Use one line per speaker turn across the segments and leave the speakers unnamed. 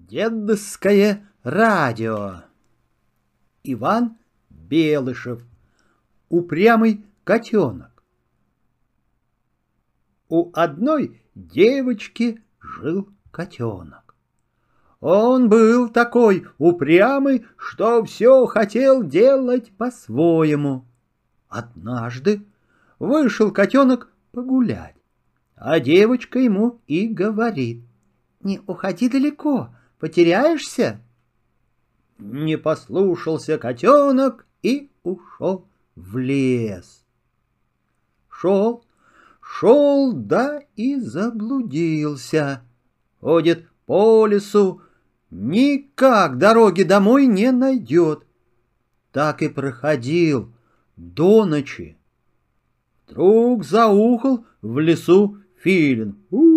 Дедовское радио. Иван Белышев. Упрямый котенок. У одной девочки жил котенок. Он был такой упрямый, что все хотел делать по-своему. Однажды вышел котенок погулять, а девочка ему и говорит: «Не уходи далеко, потеряешься». Не послушался котенок и ушел в лес. Шел, да и заблудился. Ходит по лесу, никак дороги домой не найдет. Так и проходил до ночи. Вдруг заухал в лесу филин.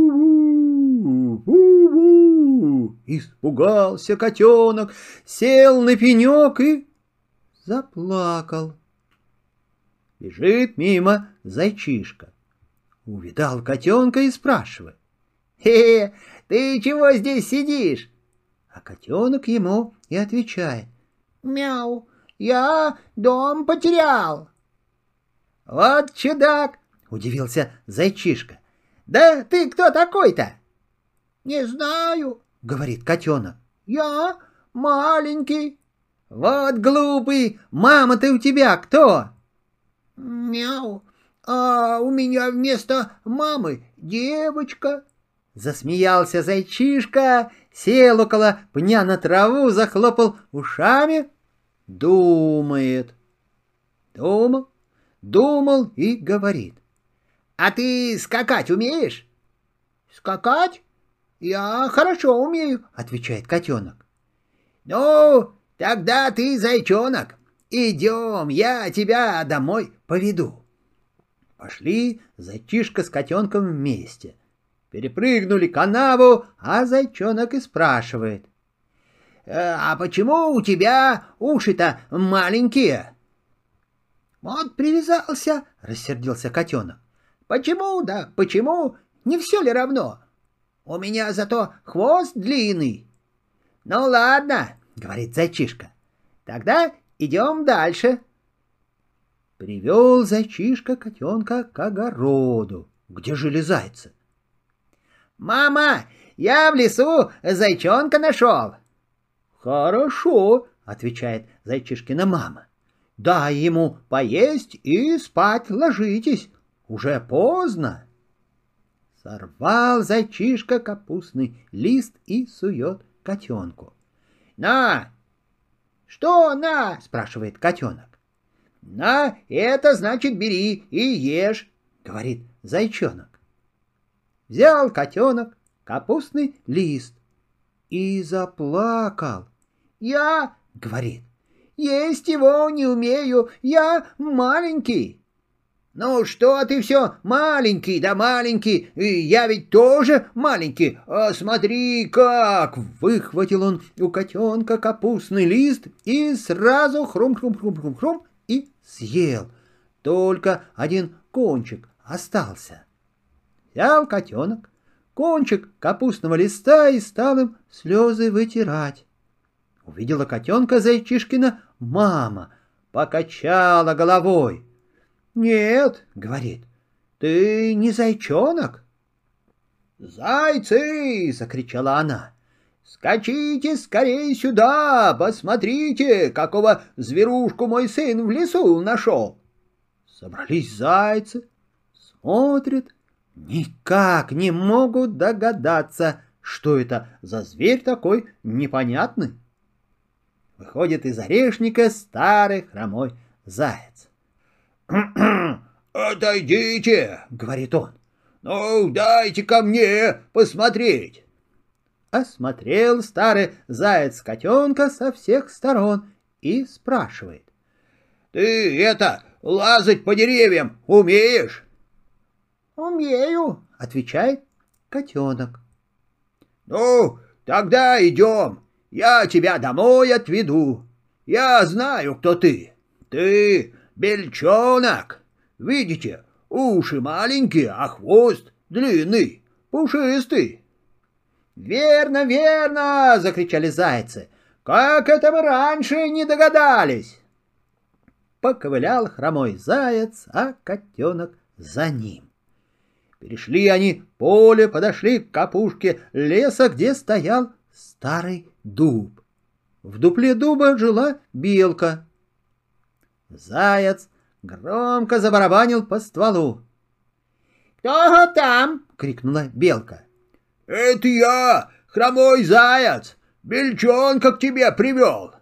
Испугался котенок, сел на пенек и заплакал. Бежит мимо зайчишка. Увидал котенка и спрашивает: «Ты чего здесь сидишь?» А котенок ему и отвечает: «Мяу, я дом потерял». «Вот чудак!» — удивился зайчишка. «Да ты кто такой-то?» «Не знаю», — говорит котенок. «Я маленький». «Вот глупый! Мама-то у тебя кто?» «Мяу, а у меня вместо мамы девочка». Засмеялся зайчишка, сел около пня на траву, захлопал ушами. Думает. Думал и говорит: «А ты скакать умеешь?» «Скакать? Я хорошо умею», — отвечает котенок. «Ну, тогда ты зайчонок. Идем, я тебя домой поведу». Пошли зайчишка с котенком вместе. Перепрыгнули канаву, а зайчонок и спрашивает: «А почему у тебя уши-то маленькие?» «Вот привязался», — рассердился котенок. «Почему, да почему, не все ли равно? У меня зато хвост длинный». «Ну ладно», — говорит зайчишка, — «тогда идем дальше». Привел зайчишка котенка к огороду, где жили зайцы. «Мама, я в лесу зайчонка нашел». «Хорошо», — отвечает зайчишкина мама. «Дай ему поесть и спать ложитесь, уже поздно». Сорвал зайчишка капустный лист и сует котенку. «На!» «Что на?» — спрашивает котенок. «На, это значит бери и ешь», — говорит зайчонок. Взял котенок капустный лист и заплакал. «Я, — говорит, — есть его не умею, я маленький». «Ну что ты все маленький, да маленький, я ведь тоже маленький, а смотри как!» Выхватил он у котенка капустный лист и сразу хрум-хрум-хрум-хрум-хрум и съел. Только один кончик остался. Взял котенок кончик капустного листа и стал им слезы вытирать. Увидела котенка зайчишкина мама, покачала головой. «Нет, — говорит, — ты не зайчонок». «Зайцы! — закричала она. — Скачите скорей сюда, посмотрите, какого зверушку мой сын в лесу нашел». Собрались зайцы, смотрят, никак не могут догадаться, что это за зверь такой непонятный. Выходит из орешника старый хромой заяц. «Отойдите, — говорит он, — ну, дайте ко мне посмотреть». Осмотрел старый заяц котенка со всех сторон и спрашивает: «Ты лазать по деревьям умеешь?» «Умею, — отвечает котенок. «Ну, тогда идем, я тебя домой отведу. Я знаю, кто ты. Ты бельчонок. Видите, уши маленькие, а хвост длинный, пушистый». «Верно, верно!» — закричали зайцы. «Как это мы раньше не догадались!» Поковылял хромой заяц, а котенок за ним. Перешли они поле, подошли к опушке леса, где стоял старый дуб. В дупле дуба жила белка. Заяц громко забарабанил по стволу. «Кто там?» — крикнула белка. «Это я, хромой заяц, бельчонка к тебе привел».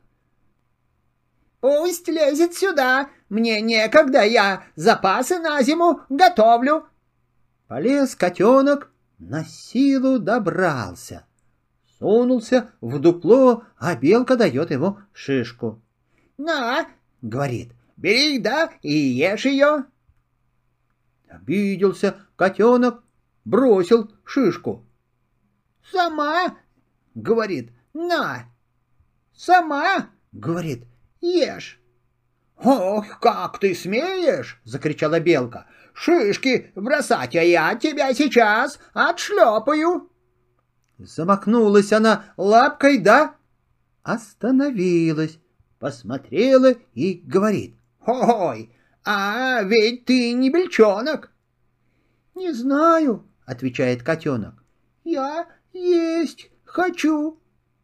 «Пусть лезет сюда, мне некогда, я запасы на зиму готовлю». Полез котенок, на силу добрался. Сунулся в дупло, а белка дает ему шишку. «На!» — говорит. «Бери, да, и ешь ее». Обиделся котенок, бросил шишку. «Сама!» — говорит. «На!» «Сама!» — говорит. «Ешь!» «Ох, как ты смеешь!» — закричала белка. «Шишки бросать, а я тебя сейчас отшлепаю!» Замахнулась она лапкой, да остановилась, посмотрела и говорит. «Ой, а ведь ты не бельчонок!» «Не знаю», — отвечает котенок. «Я есть хочу».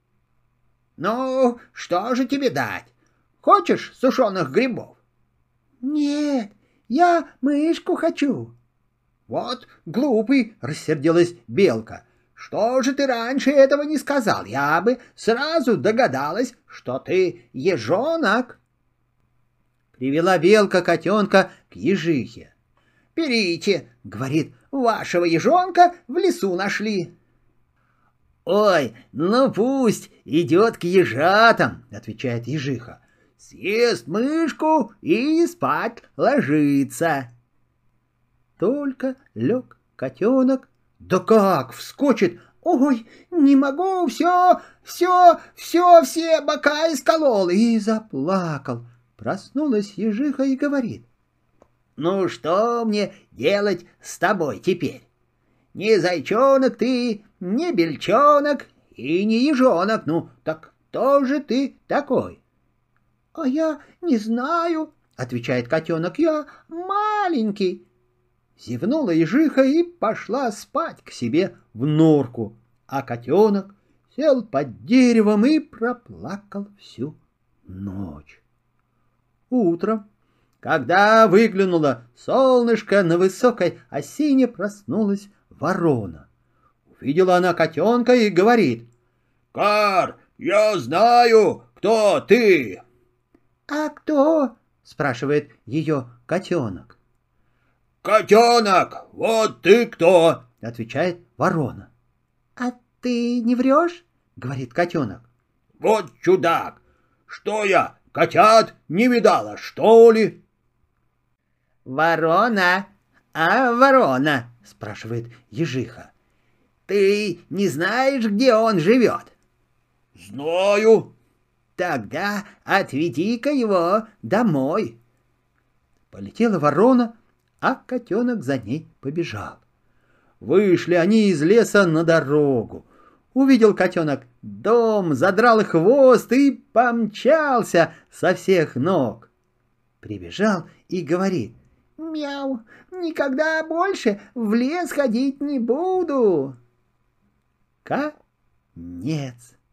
«Ну, что же тебе дать? Хочешь сушеных грибов?» «Нет, я мышку хочу». «Вот глупый», — рассердилась белка. «Что же ты раньше этого не сказал? Я бы сразу догадалась, что ты ежонок». Привела белка котенка к ежихе. «Берите», — говорит, — «вашего ежонка в лесу нашли». «Ой, ну пусть идет к ежатам», — отвечает ежиха. «Съест мышку и спать ложится». Только лег котенок, да как вскочит. «Ой, не могу, все бока исколол», и заплакал. Проснулась ежиха и говорит. «Ну что мне делать с тобой теперь? Не зайчонок ты, не бельчонок и не ежонок. Ну, так кто же ты такой?» «А я не знаю», — отвечает котенок, — «я маленький». Зевнула ежиха и пошла спать к себе в норку, а котенок сел под деревом и проплакал всю ночь. Утром, когда выглянуло солнышко, на высокой осине проснулась ворона. Увидела она котенка и говорит. «Кар, я знаю, кто ты!» «А кто?» — спрашивает ее котенок. «Котенок, вот ты кто!» — отвечает ворона. «А ты не врешь?» — говорит котенок. «Вот чудак! Что я, котят не видала, что ли?» «Ворона, ворона!» — спрашивает ежиха. «Ты не знаешь, где он живет?» «Знаю». «Тогда отведи-ка его домой». Полетела ворона, а котенок за ней побежал. Вышли они из леса на дорогу. Увидел котенок дом, задрал хвост и помчался со всех ног. Прибежал и говорит. «Мяу, никогда больше в лес ходить не буду». Конец.